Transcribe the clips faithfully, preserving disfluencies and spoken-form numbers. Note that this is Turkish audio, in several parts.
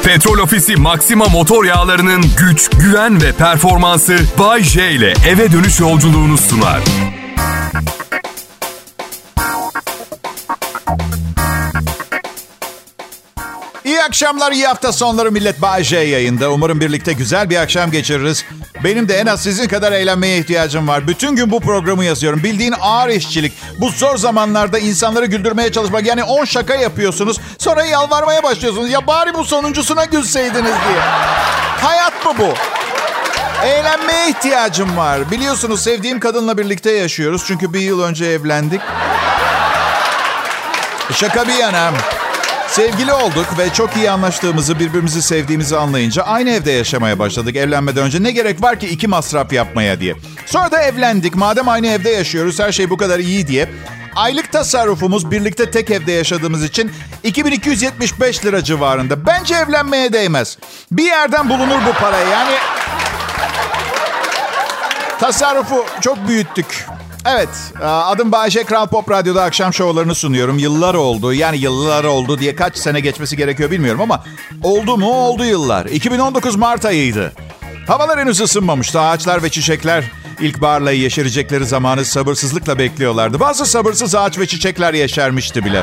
Petrol Ofisi Maxima motor yağlarının güç, güven ve performansı Bay J ile eve dönüş yolculuğunu sunar. İyi akşamlar, iyi hafta sonları millet. Bay J yayında. Umarım birlikte güzel bir akşam geçiririz. Benim de en az sizin kadar eğlenmeye ihtiyacım var. Bütün gün bu programı yazıyorum. Bildiğin ağır işçilik. Bu zor zamanlarda insanları güldürmeye çalışmak. Yani on şaka yapıyorsunuz. Sonra yalvarmaya başlıyorsunuz. Ya bari bu sonuncusuna gülseydiniz diye. Hayat mı bu? Eğlenmeye ihtiyacım var. Biliyorsunuz sevdiğim kadınla birlikte yaşıyoruz. Çünkü bir yıl önce evlendik. Şaka bir yana. Sevgili olduk ve çok iyi anlaştığımızı, birbirimizi sevdiğimizi anlayınca aynı evde yaşamaya başladık evlenmeden önce. Ne gerek var ki iki masraf yapmaya diye. Sonra da evlendik. Madem aynı evde yaşıyoruz, her şey bu kadar iyi diye. Aylık tasarrufumuz birlikte tek evde yaşadığımız için iki bin iki yüz yetmiş beş lira civarında. Bence evlenmeye değmez. Bir yerden bulunur bu para. Yani tasarrufu çok büyüttük. Evet, adım Bayece, Kral Pop Radyo'da akşam şovlarını sunuyorum. Yıllar oldu, yani yıllar oldu diye kaç sene geçmesi gerekiyor bilmiyorum ama oldu mu oldu yıllar. iki bin on dokuz Mart ayıydı. Havalar henüz ısınmamıştı. Ağaçlar ve çiçekler ilkbaharla yeşerecekleri zamanı sabırsızlıkla bekliyorlardı. Bazı sabırsız ağaç ve çiçekler yeşermişti bile.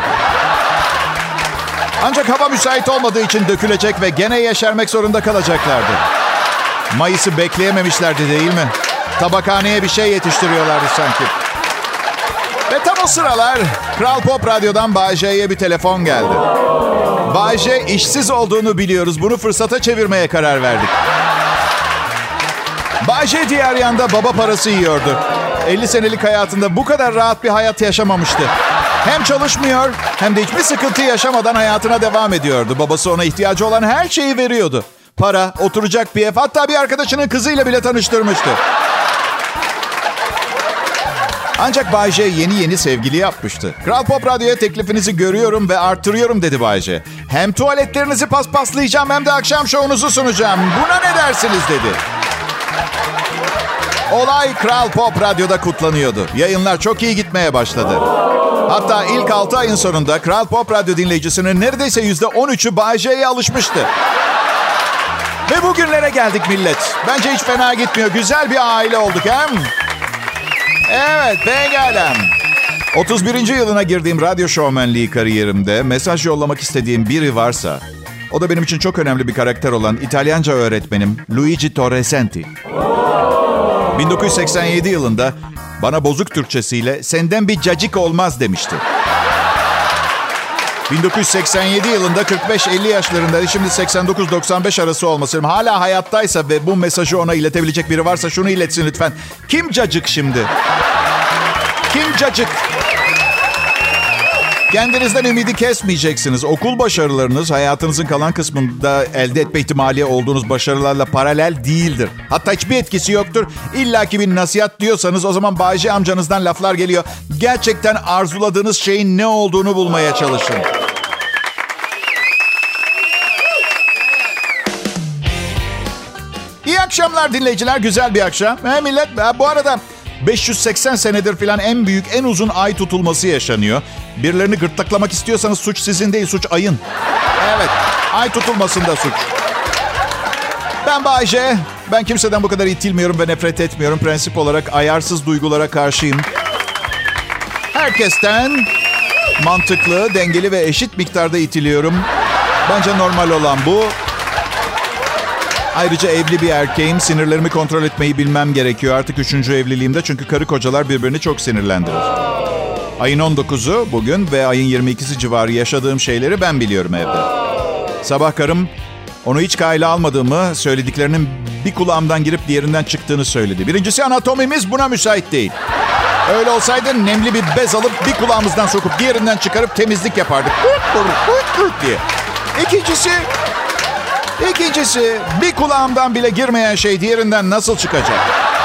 Ancak hava müsait olmadığı için dökülecek ve gene yeşermek zorunda kalacaklardı. Mayıs'ı bekleyememişlerdi değil mi? Tabakhaneye bir şey yetiştiriyorlardı sanki. Ve tam o sıralar Kral Pop Radyo'dan Bay J'ye bir telefon geldi. Bay J işsiz olduğunu biliyoruz. Bunu fırsata çevirmeye karar verdik. Bay J diğer yanda baba parası yiyordu. elli senelik hayatında bu kadar rahat bir hayat yaşamamıştı. Hem çalışmıyor hem de hiçbir sıkıntı yaşamadan hayatına devam ediyordu. Babası ona ihtiyacı olan her şeyi veriyordu. Para, oturacak bir ev, hatta bir arkadaşının kızıyla bile tanıştırmıştı. Ancak Bay J yeni yeni sevgili yapmıştı. Kral Pop Radyo'ya teklifinizi görüyorum ve artırıyorum dedi Bay J. Hem tuvaletlerinizi paspaslayacağım hem de akşam şovunuzu sunacağım. Buna ne dersiniz dedi. Olay Kral Pop Radyo'da kutlanıyordu. Yayınlar çok iyi gitmeye başladı. Hatta ilk altı ayın sonunda Kral Pop Radyo dinleyicisinin neredeyse yüzde on üçü Bay J'ye alışmıştı. Ve bugünlere geldik millet. Bence hiç fena gitmiyor. Güzel bir aile olduk hem. Evet, pekala. otuz birinci yılına girdiğim radyo şovmenliği kariyerimde mesaj yollamak istediğim biri varsa, o da benim için çok önemli bir karakter olan İtalyanca öğretmenim Luigi Torresenti. bin dokuz yüz seksen yedi yılında bana bozuk Türkçesiyle senden bir cacık olmaz demişti. bin dokuz yüz seksen yedi yılında kırk beş elli yaşlarında, şimdi seksen dokuz doksan beş arası olması lazım. Hala hayattaysa ve bu mesajı ona iletebilecek biri varsa şunu iletsin lütfen. Kim cacık şimdi? Kim cacık? Kendinizden ümidi kesmeyeceksiniz. Okul başarılarınız hayatınızın kalan kısmında elde etme ihtimali olduğunuz başarılarla paralel değildir. Hatta hiçbir etkisi yoktur. İlla ki bir nasihat diyorsanız o zaman Bayce amcanızdan laflar geliyor. Gerçekten arzuladığınız şeyin ne olduğunu bulmaya çalışın. İyi akşamlar dinleyiciler. Güzel bir akşam. He millet, bu arada beş yüz seksen senedir filan en büyük, en uzun ay tutulması yaşanıyor. Birilerini gırtlaklamak istiyorsanız suç sizin değil, suç ayın. Evet, ay tutulmasında suç. Ben Bayce. Ben kimseden bu kadar itilmiyorum ve nefret etmiyorum. Prensip olarak ayarsız duygulara karşıyım. Herkesten mantıklı, dengeli ve eşit miktarda itiliyorum. Bence normal olan bu. Ayrıca evli bir erkeğim. Sinirlerimi kontrol etmeyi bilmem gerekiyor. Artık üçüncü evliliğimde, çünkü karı kocalar birbirini çok sinirlendirir. Ayın on dokuzu bugün ve ayın yirmi ikisi civarı yaşadığım şeyleri ben biliyorum evde. Sabah karım onu hiç kayla almadığımı, söylediklerinin bir kulağımdan girip diğerinden çıktığını söyledi. Birincisi, anatomimiz buna müsait değil. Öyle olsaydı nemli bir bez alıp bir kulağımızdan sokup diğerinden çıkarıp temizlik yapardık. diye. İkincisi... İkincisi, bir kulağımdan bile girmeyen şey diğerinden nasıl çıkacak?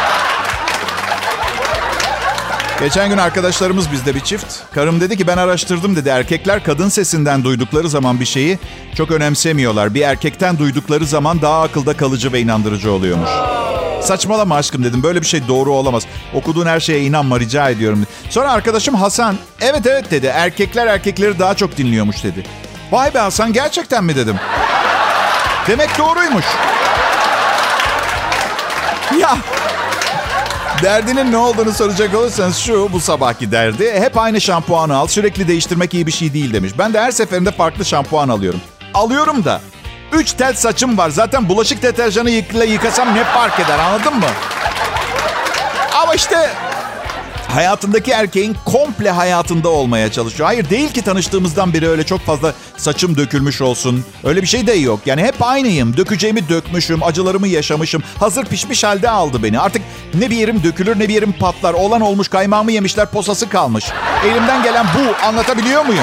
Geçen gün arkadaşlarımız bizde bir çift. Karım dedi ki, ben araştırdım dedi. Erkekler kadın sesinden duydukları zaman bir şeyi çok önemsemiyorlar. Bir erkekten duydukları zaman daha akılda kalıcı ve inandırıcı oluyormuş. Saçmalama aşkım dedim. Böyle bir şey doğru olamaz. Okuduğun her şeye inanma rica ediyorum. Sonra arkadaşım Hasan, evet evet dedi. Erkekler erkekleri daha çok dinliyormuş dedi. Vay be Hasan, gerçekten mi dedim. Demek doğruymuş. Ya derdinin ne olduğunu soracak olursanız şu, bu sabahki derdi. Hep aynı şampuanı al, sürekli değiştirmek iyi bir şey değil demiş. Ben de her seferinde farklı şampuan alıyorum. Alıyorum da üç tel saçım var. Zaten bulaşık deterjanı yıkla yıkasam ne fark eder, anladın mı? Ama işte hayatındaki erkeğin komple hayatında olmaya çalışıyor. Hayır, değil ki tanıştığımızdan beri öyle çok fazla saçım dökülmüş olsun. Öyle bir şey de yok. Yani hep aynıyım. Dökeceğimi dökmüşüm, acılarımı yaşamışım. Hazır pişmiş halde aldı beni. Artık ne bir yerim dökülür ne bir yerim patlar. Olan olmuş, kaymağımı yemişler, posası kalmış. Elimden gelen bu. Anlatabiliyor muyum?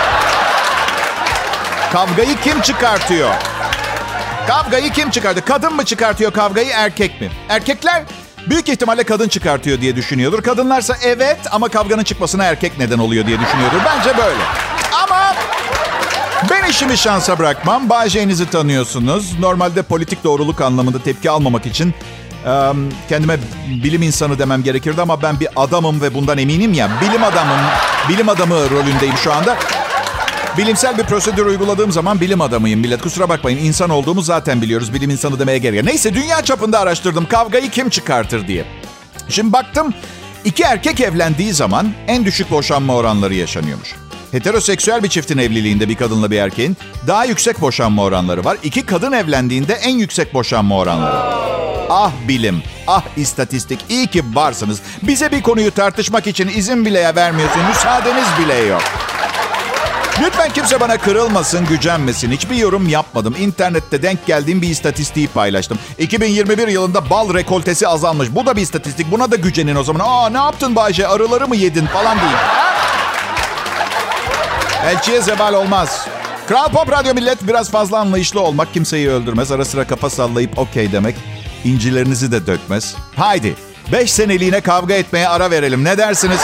Kavgayı kim çıkartıyor? Kavgayı kim çıkartıyor? Kadın mı çıkartıyor kavgayı, erkek mi? Erkekler büyük ihtimalle kadın çıkartıyor diye düşünüyordur. Kadınlarsa evet ama kavganın çıkmasına erkek neden oluyor diye düşünüyordur. Bence böyle. Ama ben işimi şansa bırakmam. Bay J'nizi tanıyorsunuz. Normalde politik doğruluk anlamında tepki almamak için kendime bilim insanı demem gerekirdi ama ben bir adamım ve bundan eminim ya. Bilim adamım, bilim adamı rolündeyim şu anda. Bilimsel bir prosedür uyguladığım zaman bilim adamıyım millet. Kusura bakmayın, insan olduğumu zaten biliyoruz. Bilim insanı demeye gerek yok. Neyse, dünya çapında araştırdım kavgayı kim çıkartır diye. Şimdi baktım, iki erkek evlendiği zaman en düşük boşanma oranları yaşanıyormuş. Heteroseksüel bir çiftin evliliğinde bir kadınla bir erkeğin daha yüksek boşanma oranları var. İki kadın evlendiğinde en yüksek boşanma oranları. Ah bilim, ah istatistik, iyi ki varsınız. Bize bir konuyu tartışmak için izin bile vermiyorsun, müsaadeniz bile yok. Lütfen kimse bana kırılmasın, gücenmesin. Hiçbir yorum yapmadım. İnternette denk geldiğim bir istatistiği paylaştım. iki bin yirmi bir yılında bal rekoltesi azalmış. Bu da bir istatistik. Buna da gücenin o zaman. Aa, ne yaptın Bayce? Arıları mı yedin falan değil. Elçiye zeval olmaz. Kral Pop Radyo millet, biraz fazla anlayışlı olmak kimseyi öldürmez. Ara sıra kafa sallayıp okey demek incilerinizi de dökmez. Haydi beş seneliğine kavga etmeye ara verelim. Ne dersiniz?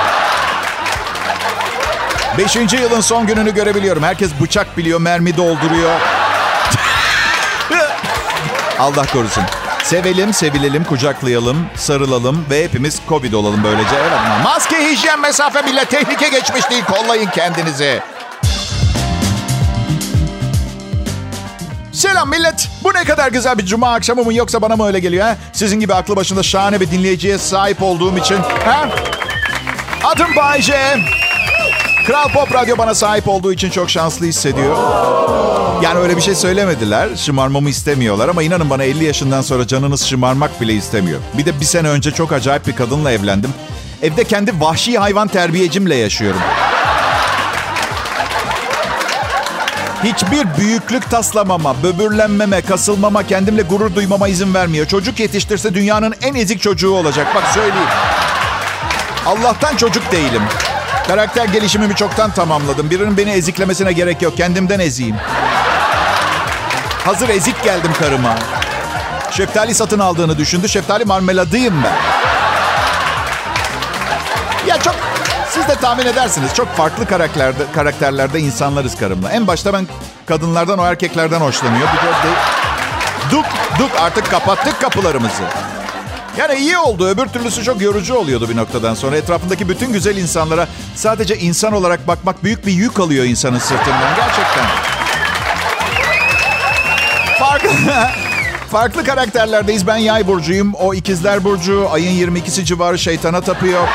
Beşinci yılın son gününü görebiliyorum. Herkes bıçak biliyor, mermi dolduruyor. Allah korusun. Sevelim, sevilelim, kucaklayalım, sarılalım ve hepimiz Covid olalım böylece. Evet, maske, hijyen, mesafe bile tehlike geçmiş değil. Kollayın kendinizi. Selam millet. Bu ne kadar güzel bir cuma akşamı mı, yoksa bana mı öyle geliyor? He? Sizin gibi aklı başında şahane bir dinleyiciye sahip olduğum için. He? Adım Bay J. Kral Pop Radyo bana sahip olduğu için çok şanslı hissediyor. Yani öyle bir şey söylemediler. Şımarmamı istemiyorlar ama inanın bana elli yaşından sonra canınız şımarmak bile istemiyor. Bir de bir sene önce çok acayip bir kadınla evlendim. Evde kendi vahşi hayvan terbiyecimle yaşıyorum. Hiçbir büyüklük taslamama, böbürlenmeme, kasılmama, kendimle gurur duymama izin vermiyor. Çocuk yetiştirse dünyanın en ezik çocuğu olacak. Bak söyleyeyim. Allah'tan çocuk değilim. Karakter gelişimimi çoktan tamamladım. Birinin beni eziklemesine gerek yok. Kendimden eziyim. Hazır ezik geldim karıma. Şeftali satın aldığını düşündü. Şeftali marmeladıyım ben. Ya çok... Siz de tahmin edersiniz. Çok farklı karakterlerde, karakterlerde insanlarız karımla. En başta ben kadınlardan, o erkeklerden hoşlanıyor. Bir de duk duk artık kapattık kapılarımızı. Yani iyi oldu. Öbür türlüsü çok yorucu oluyordu bir noktadan sonra. Etrafındaki bütün güzel insanlara sadece insan olarak bakmak büyük bir yük alıyor insanın sırtından. Gerçekten. Farklı, farklı karakterlerdeyiz. Ben Yay burcuyum. O ikizler burcu. Ayın yirmi ikisi civarı şeytana tapıyor.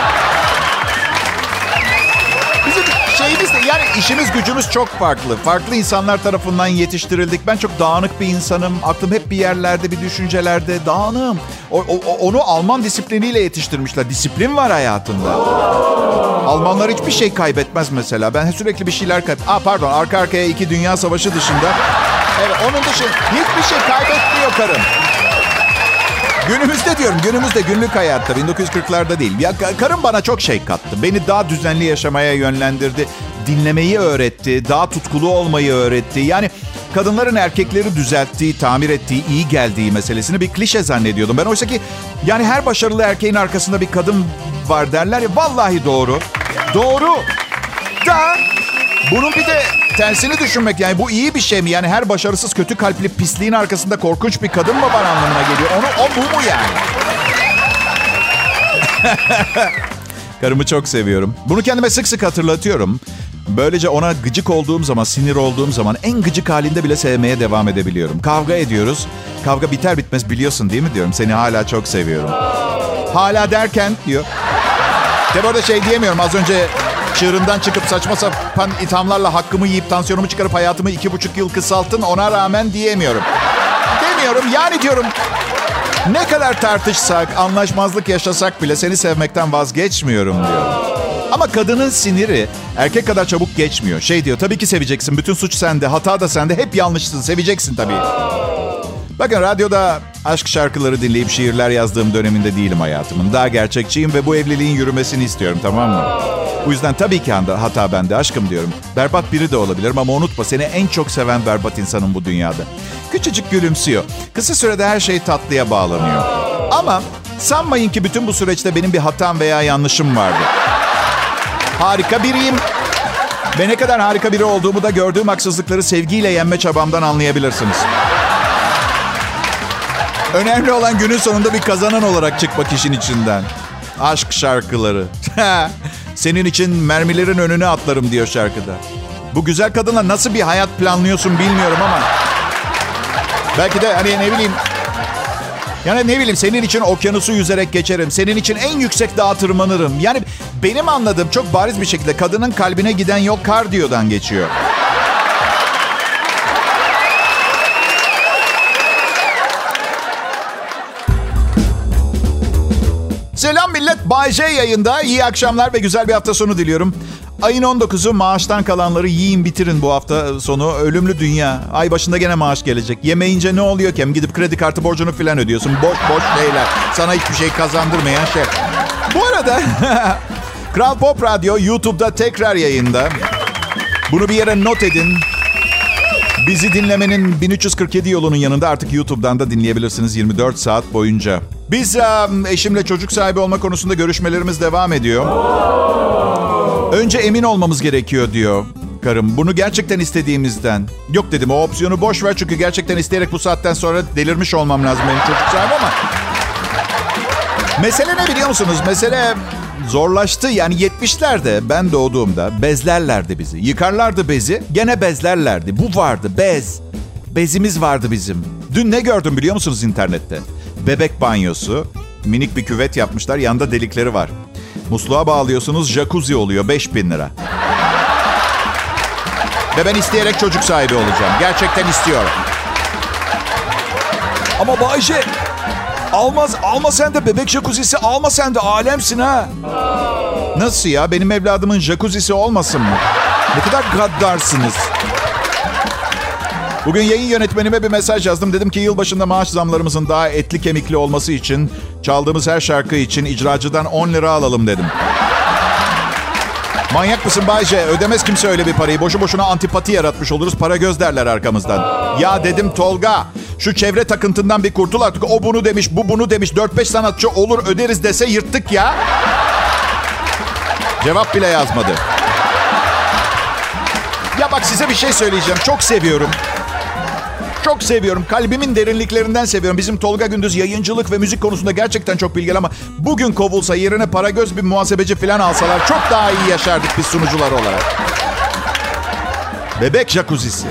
Bizim şeyimiz de, yani işimiz gücümüz çok farklı. Farklı insanlar tarafından yetiştirildik. Ben çok dağınık bir insanım. Aklım hep bir yerlerde, bir düşüncelerde. Dağınığım. O, o, onu Alman disipliniyle yetiştirmişler. Disiplin var hayatında. Almanlar hiçbir şey kaybetmez mesela. Ben sürekli bir şeyler kayb... Aa pardon, arka arkaya iki dünya savaşı dışında. Evet, onun dışında hiçbir şey kaybetmiyor karım. Günümüzde diyorum, günümüzde günlük hayatta, bin dokuz yüz kırklarda değil. Ya karım bana çok şey kattı. Beni daha düzenli yaşamaya yönlendirdi. Dinlemeyi öğretti. Daha tutkulu olmayı öğretti. Yani kadınların erkekleri düzelttiği, tamir ettiği, iyi geldiği meselesini bir klişe zannediyordum. Ben oysa ki yani her başarılı erkeğin arkasında bir kadın var derler ya. Vallahi doğru. Doğru. Da bunun bir de tersini düşünmek, yani bu iyi bir şey mi? Yani her başarısız, kötü kalpli pisliğin arkasında korkunç bir kadın mı var anlamına geliyor? Onu, o bu mu yani? Karımı çok seviyorum. Bunu kendime sık sık hatırlatıyorum. Böylece ona gıcık olduğum zaman, sinir olduğum zaman en gıcık halinde bile sevmeye devam edebiliyorum. Kavga ediyoruz. Kavga biter bitmez biliyorsun değil mi diyorum. Seni hala çok seviyorum. Hala derken diyor. Tabi orada şey diyemiyorum. Az önce çığırından çıkıp saçma sapan ithamlarla hakkımı yiyip tansiyonumu çıkarıp hayatımı iki buçuk yıl kısalttın. Ona rağmen diyemiyorum. Demiyorum yani diyorum. Ne kadar tartışsak, anlaşmazlık yaşasak bile seni sevmekten vazgeçmiyorum diyor. Ama kadının siniri erkek kadar çabuk geçmiyor. Şey diyor, tabii ki seveceksin. Bütün suç sende, hata da sende. Hep yanlışsın, seveceksin tabii. Bakın radyoda aşk şarkıları dinleyip şiirler yazdığım döneminde değilim hayatımın. Daha gerçekçiyim ve bu evliliğin yürümesini istiyorum, tamam mı? Bu yüzden tabii ki hata bende, aşkım diyorum. Berbat biri de olabilirim ama unutma, seni en çok seven berbat insanın bu dünyada. Küçücük gülümsüyor. Kısa sürede her şey tatlıya bağlanıyor. Ama sanmayın ki bütün bu süreçte benim bir hatam veya yanlışım vardı. Harika biriyim. Ve ne kadar harika biri olduğumu da gördüğüm haksızlıkları sevgiyle yenme çabamdan anlayabilirsiniz. Önemli olan günün sonunda bir kazanan olarak çıkmak işin içinden. Aşk şarkıları. Senin için mermilerin önüne atlarım diyor şarkıda. Bu güzel kadınla nasıl bir hayat planlıyorsun bilmiyorum ama... Belki de hani ne bileyim... Yani ne bileyim senin için okyanusu yüzerek geçerim. Senin için en yüksek dağa tırmanırım. Yani benim anladığım çok bariz bir şekilde kadının kalbine giden yol kardiyodan geçiyor. Selam millet, Bay J yayında. İyi akşamlar ve güzel bir hafta sonu diliyorum. Ayın on dokuzu maaştan kalanları yiyin bitirin bu hafta sonu. Ölümlü dünya. Ay başında gene maaş gelecek. Yemeyince ne oluyor ki? Gidip kredi kartı borcunu falan ödüyorsun. Boş boş şeyler. Sana hiçbir şey kazandırmayan şey. Bu arada Kral Pop Radyo YouTube'da tekrar yayında. Bunu bir yere not edin. Bizi dinlemenin bin üç yüz kırk yedi yolunun yanında artık YouTube'dan da dinleyebilirsiniz yirmi dört saat boyunca. Biz eşimle çocuk sahibi olma konusunda görüşmelerimiz devam ediyor. Önce emin olmamız gerekiyor diyor karım. Bunu gerçekten istediğimizden. Yok dedim, o opsiyonu boş ver çünkü gerçekten isteyerek bu saatten sonra delirmiş olmam lazım benim çocuk sahibi ama. Mesele ne biliyor musunuz? Mesele zorlaştı. Yani yetmişlerde ben doğduğumda bezlerlerdi bizi. Yıkarlardı bezi, gene bezlerlerdi. Bu vardı, bez. Bezimiz vardı bizim. Dün ne gördüm biliyor musunuz internette? Bebek banyosu, minik bir küvet yapmışlar, yanında delikleri var. Musluğa bağlıyorsunuz, jacuzzi oluyor, beş bin lira. Ve ben isteyerek çocuk sahibi olacağım. Gerçekten istiyorum. Ama Bayce, almaz, alma sen de bebek jacuzzisi, alma sen de, alemsin ha. Nasıl ya? Benim evladımın jacuzzisi olmasın mı? Ne kadar gaddarsınız. Bugün yayın yönetmenime bir mesaj yazdım. Dedim ki yılbaşında maaş zamlarımızın daha etli kemikli olması için, çaldığımız her şarkı için icracıdan on lira alalım dedim. Manyak mısın Bayce? Ödemez kimse öyle bir parayı. Boşu boşuna antipati yaratmış oluruz. Para göz derler arkamızdan. Ya dedim Tolga, şu çevre takıntından bir kurtul artık. O bunu demiş, bu bunu demiş. dört beş sanatçı olur öderiz dese yırttık ya. Cevap bile yazmadı. Ya bak size bir şey söyleyeceğim. Çok seviyorum. Çok seviyorum. Kalbimin derinliklerinden seviyorum. Bizim Tolga Gündüz yayıncılık ve müzik konusunda gerçekten çok bilgili ama bugün kovulsa yerine Paragöz bir muhasebeci falan alsalar çok daha iyi yaşardık biz sunucular olarak. Bebek jacuzzisi.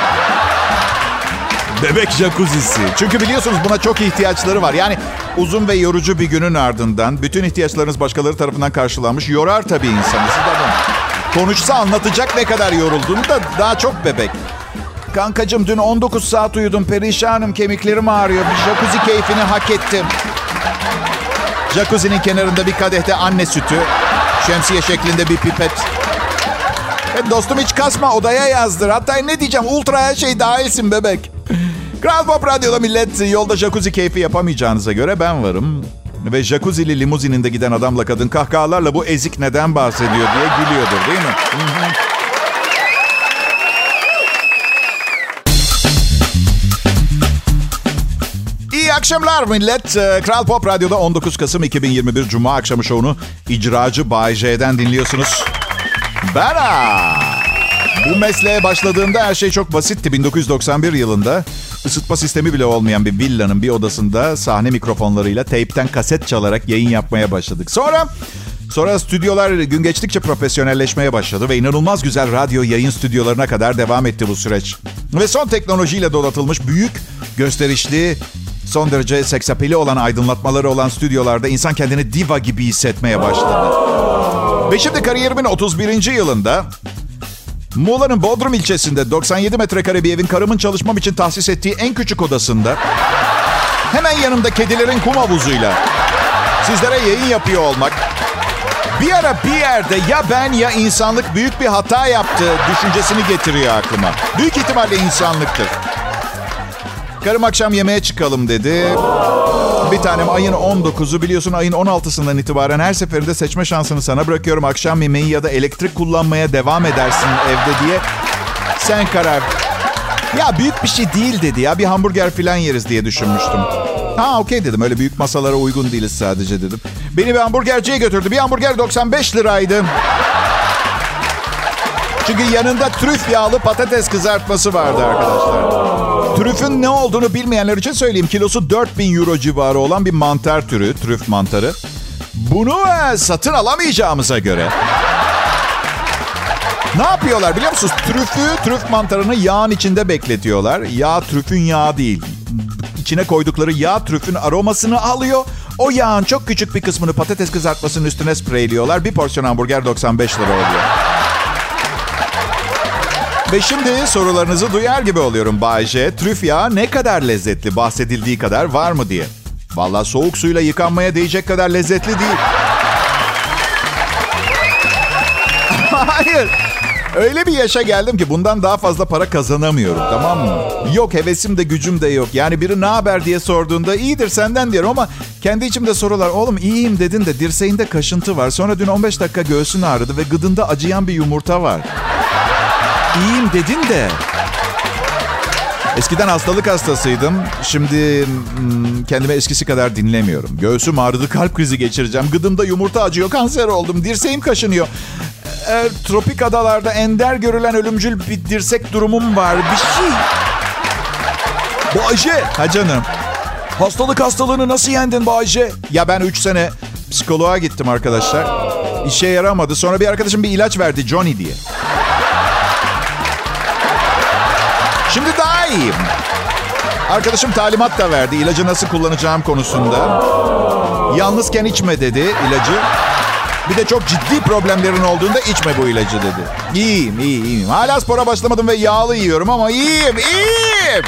Bebek jacuzzisi. Çünkü biliyorsunuz buna çok ihtiyaçları var. Yani uzun ve yorucu bir günün ardından bütün ihtiyaçlarınız başkaları tarafından karşılanmış. Yorar tabii insanı. Konuşsa anlatacak ne kadar yorulduğunu da daha çok bebek. Kankacığım dün on dokuz saat uyudum. Perişanım, kemiklerim ağrıyor. Bir jacuzzi keyfini hak ettim. Jacuzzi'nin kenarında bir kadehte anne sütü. Şemsiye şeklinde bir pipet. E dostum hiç kasma, odaya yazdır. Hatta ne diyeceğim, ultra her şey dahilsin bebek. Kral Pop Radyo'da millet, yolda jacuzzi keyfi yapamayacağınıza göre ben varım. Ve jacuzzi'li limuzininde giden adamla kadın kahkahalarla bu ezik neden bahsediyor diye gülüyordur değil mi? Hı-hı. İyi akşamlar millet. Kral Pop Radyo'da on dokuz Kasım iki bin yirmi bir Cuma akşamı şovunu icracı Bay J'den dinliyorsunuz. Ben bu mesleğe başladığımda her şey çok basitti. bin dokuz yüz doksan bir yılında ısıtma sistemi bile olmayan bir villanın bir odasında sahne mikrofonlarıyla teypten kaset çalarak yayın yapmaya başladık. Sonra Sonra stüdyolar gün geçtikçe profesyonelleşmeye başladı ve inanılmaz güzel radyo yayın stüdyolarına kadar devam etti bu süreç. Ve son teknolojiyle donatılmış büyük, gösterişli, son derece seksapeli olan aydınlatmaları olan stüdyolarda insan kendini diva gibi hissetmeye başladı. Ve şimdi kariyerimin otuz birinci yılında Muğla'nın Bodrum ilçesinde doksan yedi metrekare bir evin karımın çalışmam için tahsis ettiği en küçük odasında hemen yanımda kedilerin kum havuzuyla sizlere yayın yapıyor olmak bir ara bir yerde ya ben ya insanlık büyük bir hata yaptı düşüncesini getiriyor aklıma. Büyük ihtimalle insanlıktır. Karım akşam yemeğe çıkalım dedi. Bir tanem ayın on dokuzu biliyorsun ayın on altısından itibaren her seferinde seçme şansını sana bırakıyorum. Akşam yemeği ya da elektrik kullanmaya devam edersin evde diye. Sen karar. Ya büyük bir şey değil dedi ya bir hamburger falan yeriz diye düşünmüştüm. Ha okey dedim öyle büyük masalara uygun değiliz sadece dedim. Beni bir hamburgerciye götürdü. Bir hamburger doksan beş liraydı. Çünkü yanında trüf yağlı patates kızartması vardı arkadaşlar. Trüfün ne olduğunu bilmeyenler için söyleyeyim. Kilosu dört bin euro civarı olan bir mantar türü. Trüf mantarı. Bunu e, satın alamayacağımıza göre... Ne yapıyorlar biliyor musunuz? Trüfü, trüf mantarını yağın içinde bekletiyorlar. Yağ trüfün yağı değil. İçine koydukları yağ trüfün aromasını alıyor. O yağın çok küçük bir kısmını patates kızartmasının üstüne spreyliyorlar. Bir porsiyon hamburger doksan beş lira oluyor. Ve şimdi sorularınızı duyar gibi oluyorum Bay J. Trüf yağı ne kadar lezzetli? Bahsedildiği kadar var mı diye. Vallahi soğuk suyla yıkanmaya değecek kadar lezzetli değil. Hayır. Öyle bir yaşa geldim ki bundan daha fazla para kazanamıyorum, tamam mı? Yok hevesim de gücüm de yok. Yani biri ne haber diye sorduğunda iyidir senden diyorum ama kendi içimde sorular. Oğlum iyiyim dedin de dirseğinde kaşıntı var. Sonra dün on beş dakika göğsün ağrıdı ve gıdında acıyan bir yumurta var. İyiyim dedin de. Eskiden hastalık hastasıydım. Şimdi hmm, kendimi eskisi kadar dinlemiyorum. Göğsüm ağrıdı, kalp krizi geçireceğim. Gıdımda yumurta acıyor, kanser oldum. Dirseğim kaşınıyor. E, tropik adalarda ender görülen ölümcül bir dirsek durumum var. Bir şey. Bayce. Ha canım. Hastalık hastalığını nasıl yendin Bayce? Ya ben üç sene psikoloğa gittim arkadaşlar. İşe yaramadı. Sonra bir arkadaşım bir ilaç verdi Johnny diye. Şimdi daha iyiyim. Arkadaşım talimat da verdi ilacı nasıl kullanacağım konusunda. Yalnızken içme dedi ilacı. Bir de çok ciddi problemlerin olduğunda içme bu ilacı dedi. İyiyim, iyi, iyiyim. Hala spora başlamadım ve yağlı yiyorum ama iyiyim, iyiyim.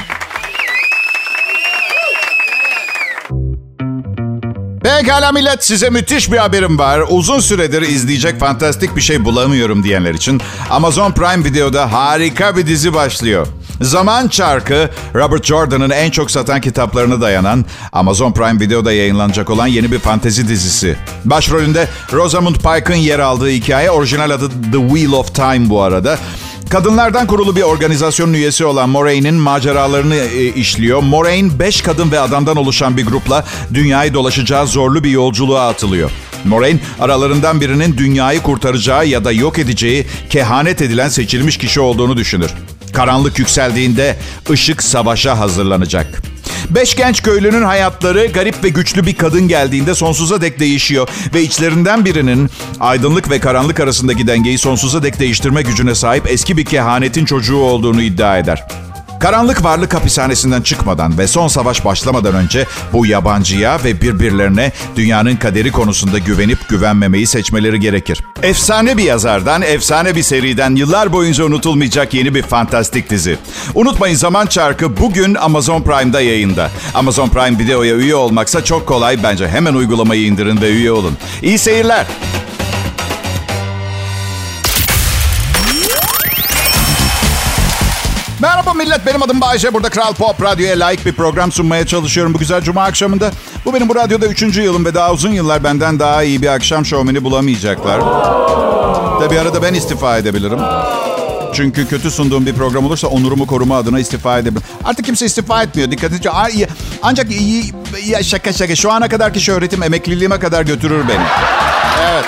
Pekala millet, size müthiş bir haberim var. Uzun süredir izleyecek fantastik bir şey bulamıyorum diyenler için Amazon Prime Video'da harika bir dizi başlıyor. Zaman Çarkı, Robert Jordan'ın en çok satan kitaplarına dayanan Amazon Prime Video'da yayınlanacak olan yeni bir fantezi dizisi. Başrolünde Rosamund Pike'ın yer aldığı hikaye, orijinal adı The Wheel of Time bu arada. Kadınlardan kurulu bir organizasyonun üyesi olan Moraine'in maceralarını e, işliyor. Moraine, beş kadın ve adamdan oluşan bir grupla dünyayı dolaşacağı zorlu bir yolculuğa atılıyor. Moraine, aralarından birinin dünyayı kurtaracağı ya da yok edeceği kehanet edilen seçilmiş kişi olduğunu düşünür. Karanlık yükseldiğinde ışık savaşa hazırlanacak. Beş genç köylünün hayatları garip ve güçlü bir kadın geldiğinde sonsuza dek değişiyor. Ve içlerinden birinin aydınlık ve karanlık arasındaki dengeyi sonsuza dek değiştirme gücüne sahip eski bir kehanetin çocuğu olduğunu iddia eder. Karanlık varlık hapishanesinden çıkmadan ve son savaş başlamadan önce bu yabancıya ve birbirlerine dünyanın kaderi konusunda güvenip güvenmemeyi seçmeleri gerekir. Efsane bir yazardan, efsane bir seriden yıllar boyunca unutulmayacak yeni bir fantastik dizi. Unutmayın, Zaman Çarkı bugün Amazon Prime'da yayında. Amazon Prime Video'ya üye olmaksa çok kolay. Bence hemen uygulamayı indirin ve üye olun. İyi seyirler. Merhaba millet, benim adım Bayce. Burada Kral Pop Radyo'ya layık bir program sunmaya çalışıyorum bu güzel cuma akşamında. Bu benim bu radyoda üçüncü yılım ve daha uzun yıllar benden daha iyi bir akşam şovmeni bulamayacaklar. Tabii arada ben istifa edebilirim. Çünkü kötü sunduğum bir program olursa onurumu koruma adına istifa edebilirim. Artık kimse istifa etmiyor, dikkat edin. Ancak ya şaka şaka şu ana kadarki şöhretim emekliliğime kadar götürür beni. Evet.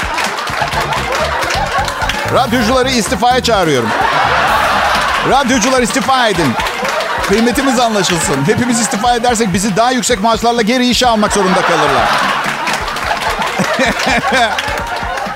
Radyocuları istifaya çağırıyorum. Radyocular istifa edin. Kıymetimiz anlaşılsın. Hepimiz istifa edersek bizi daha yüksek maaşlarla geri işe almak zorunda kalırlar.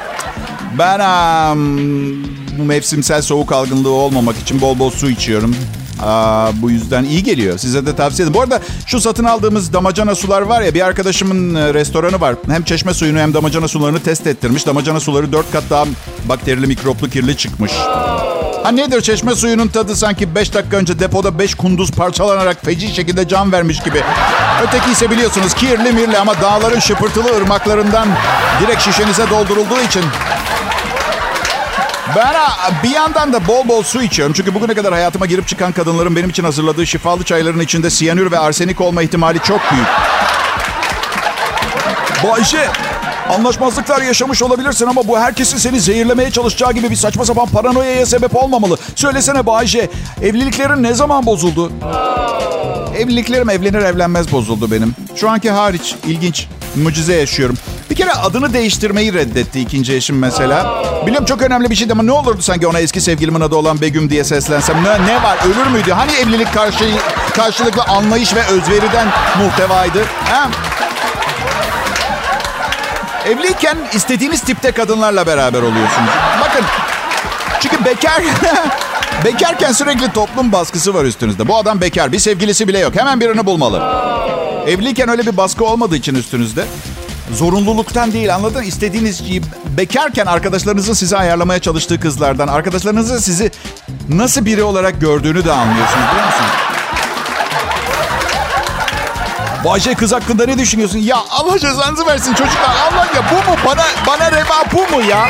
Ben um, bu mevsimsel soğuk algınlığı olmamak için bol bol su içiyorum. Aa, bu yüzden iyi geliyor. Size de tavsiye ederim. Bu arada şu satın aldığımız damacana sular var ya, bir arkadaşımın restoranı var. Hem çeşme suyunu hem damacana sularını test ettirmiş. Damacana suları dört kat daha bakterili, mikroplu, kirli çıkmış. Ha nedir, çeşme suyunun tadı sanki beş dakika önce depoda beş kunduz parçalanarak feci şekilde can vermiş gibi. Öteki ise biliyorsunuz kirli mirli ama dağların şıpırtılı ırmaklarından direkt şişenize doldurulduğu için. Ben bir yandan da bol bol su içiyorum. Çünkü bugüne kadar hayatıma girip çıkan kadınların benim için hazırladığı şifalı çayların içinde siyanür ve arsenik olma ihtimali çok büyük. Bayşe, anlaşmazlıklar yaşamış olabilirsin ama bu herkesin seni zehirlemeye çalışacağı gibi bir saçma sapan paranoyaya sebep olmamalı. Söylesene Bayşe, evliliklerin ne zaman bozuldu? Evliliklerim evlenir evlenmez bozuldu benim. Şu anki hariç. İlginç. Mucize yaşıyorum. Bir kere adını değiştirmeyi reddetti ikinci eşim mesela. Biliyorum çok önemli bir şeydi ama ne olurdu sanki ona eski sevgilimin adı olan Begüm diye seslensem. Ne, ne var, ölür müydü? Hani evlilik karşı, karşılıklı anlayış ve özveriden muhtevaydı? Ha? Evliyken istediğiniz tipte kadınlarla beraber oluyorsunuz. Bakın, çünkü bekar... Bekarken sürekli toplum baskısı var üstünüzde. Bu adam bekar, bir sevgilisi bile yok. Hemen birini bulmalı. Evliyken öyle bir baskı olmadığı için üstünüzde. Zorunluluktan değil, anladın? İstediğiniz gibi bekarken arkadaşlarınızın sizi ayarlamaya çalıştığı kızlardan, arkadaşlarınızın sizi nasıl biri olarak gördüğünü de anlıyorsunuz, biliyor musunuz? Bayşe, kız hakkında ne düşünüyorsun? Ya Allah cezanızı versin çocuklar. Allah ya, bu mu? Bana, bana reva bu mu ya?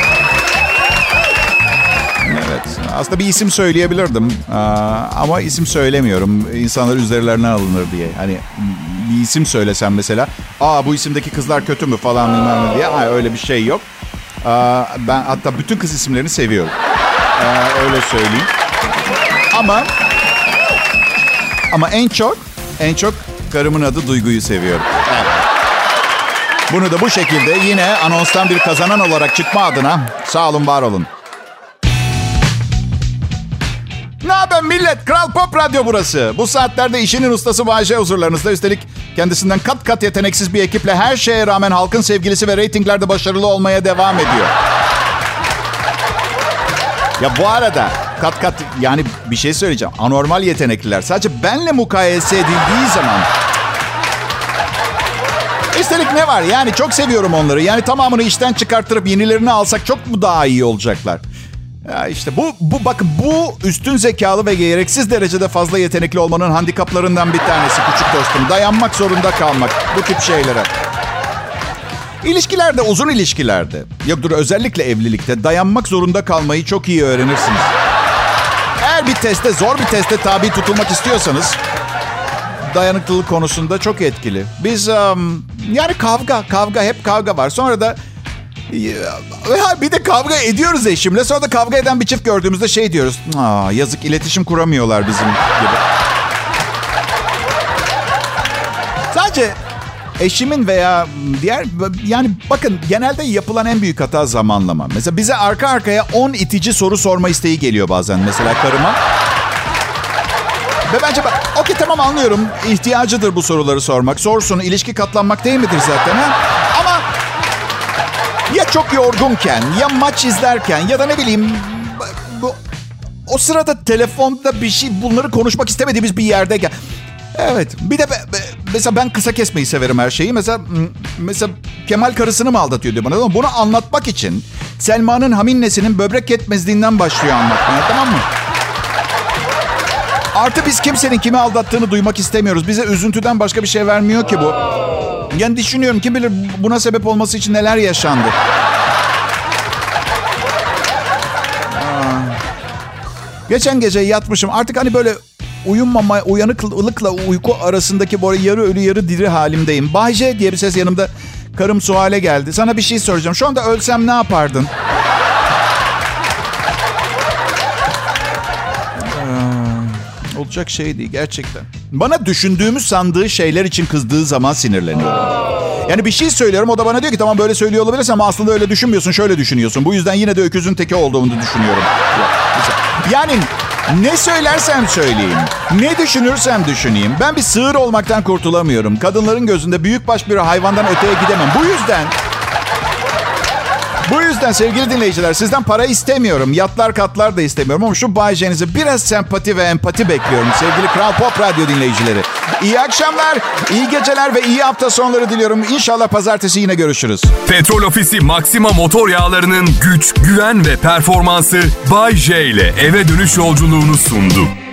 Evet. Aslında bir isim söyleyebilirdim. Ama isim söylemiyorum. İnsanlar üzerlerine alınır diye. Hani bir isim söylesem mesela. Aa, bu isimdeki kızlar kötü mü falan bilmem ne diye. Hayır, öyle bir şey yok. Ben hatta bütün kız isimlerini seviyorum. Öyle söyleyeyim. Ama ama en çok en çok karımın adı Duygu'yu seviyorum. Evet. Bunu da bu şekilde yine anonstan bir kazanan olarak çıkma adına sağ olun, var olun. Ne haber millet? Kral Pop Radyo burası. Bu saatlerde işinin ustası Bayşe huzurlarınızda. Üstelik kendisinden kat kat yeteneksiz bir ekiple her şeye rağmen halkın sevgilisi ve reytinglerde başarılı olmaya devam ediyor. Ya bu arada kat kat, yani bir şey söyleyeceğim. Anormal yetenekliler sadece benle mukayese edildiği zaman... Üstelik ne var? Yani çok seviyorum onları. Yani tamamını işten çıkarttırıp yenilerini alsak çok mu daha iyi olacaklar? Ya işte bu, bu bakın bu üstün zekalı ve gereksiz derecede fazla yetenekli olmanın handikaplarından bir tanesi küçük dostum. Dayanmak zorunda kalmak bu tip şeylere. İlişkilerde, uzun ilişkilerde, yoktur özellikle evlilikte dayanmak zorunda kalmayı çok iyi öğrenirsiniz. Eğer bir teste, zor bir teste tabi tutulmak istiyorsanız dayanıklılık konusunda çok etkili. Biz um, yani kavga, kavga hep kavga var. Sonra da ya, bir de kavga ediyoruz eşimle. Sonra da kavga eden bir çift gördüğümüzde şey diyoruz. Aa, yazık, iletişim kuramıyorlar bizim gibi. Sadece eşimin veya diğer, yani bakın genelde yapılan en büyük hata zamanlama. Mesela bize arka arkaya on itici soru sorma isteği geliyor bazen mesela karıma. Ve bence bak, okey tamam anlıyorum. İhtiyacıdır bu soruları sormak. Sorsun, ilişki katlanmak değil midir zaten ha? Ama ya çok yorgunken, ya maç izlerken ya da ne bileyim bu, o sırada telefonda bir şey, bunları konuşmak istemediğimiz bir yerdeyken. Evet. Bir de be, be, mesela ben kısa kesmeyi severim her şeyi. Mesela mesela Kemal karısını mı aldatıyor diyor bana. Bunu anlatmak için Selma'nın haminnesinin böbrek yetmezliğinden başlıyor anlatmaya, tamam mı? Artı biz kimsenin kimi aldattığını duymak istemiyoruz. Bize üzüntüden başka bir şey vermiyor ki bu. Yani düşünüyorum, kim bilir buna sebep olması için neler yaşandı. Aa. Geçen gece yatmışım. Artık hani böyle uyumama, uyanıklıkla uyku arasındaki böyle yarı ölü yarı diri halimdeyim. Bayce diye bir ses yanımda. Karım Suhal'e geldi. Sana bir şey soracağım. Şu anda ölsem ne yapardın? Aa, olacak şey değil gerçekten. Bana düşündüğümü sandığı şeyler için kızdığı zaman sinirleniyorum. Yani bir şey söylüyorum, o da bana diyor ki tamam böyle söylüyor olabilirsin ama aslında öyle düşünmüyorsun, şöyle düşünüyorsun. Bu yüzden yine de öküzün teki olduğunu düşünüyorum. Yani ne söylersem söyleyeyim, ne düşünürsem düşüneyim, ben bir sığır olmaktan kurtulamıyorum. Kadınların gözünde büyükbaş bir hayvandan öteye gidemem. Bu yüzden Bu yüzden sevgili dinleyiciler sizden para istemiyorum. Yatlar katlar da istemiyorum ama şu Bay J'nize biraz sempati ve empati bekliyorum sevgili Kral Pop Radyo dinleyicileri. İyi akşamlar, iyi geceler ve iyi hafta sonları diliyorum. İnşallah pazartesi yine görüşürüz. Petrol Ofisi Maxima motor yağlarının güç, güven ve performansı Bay J ile eve dönüş yolculuğunu sundu.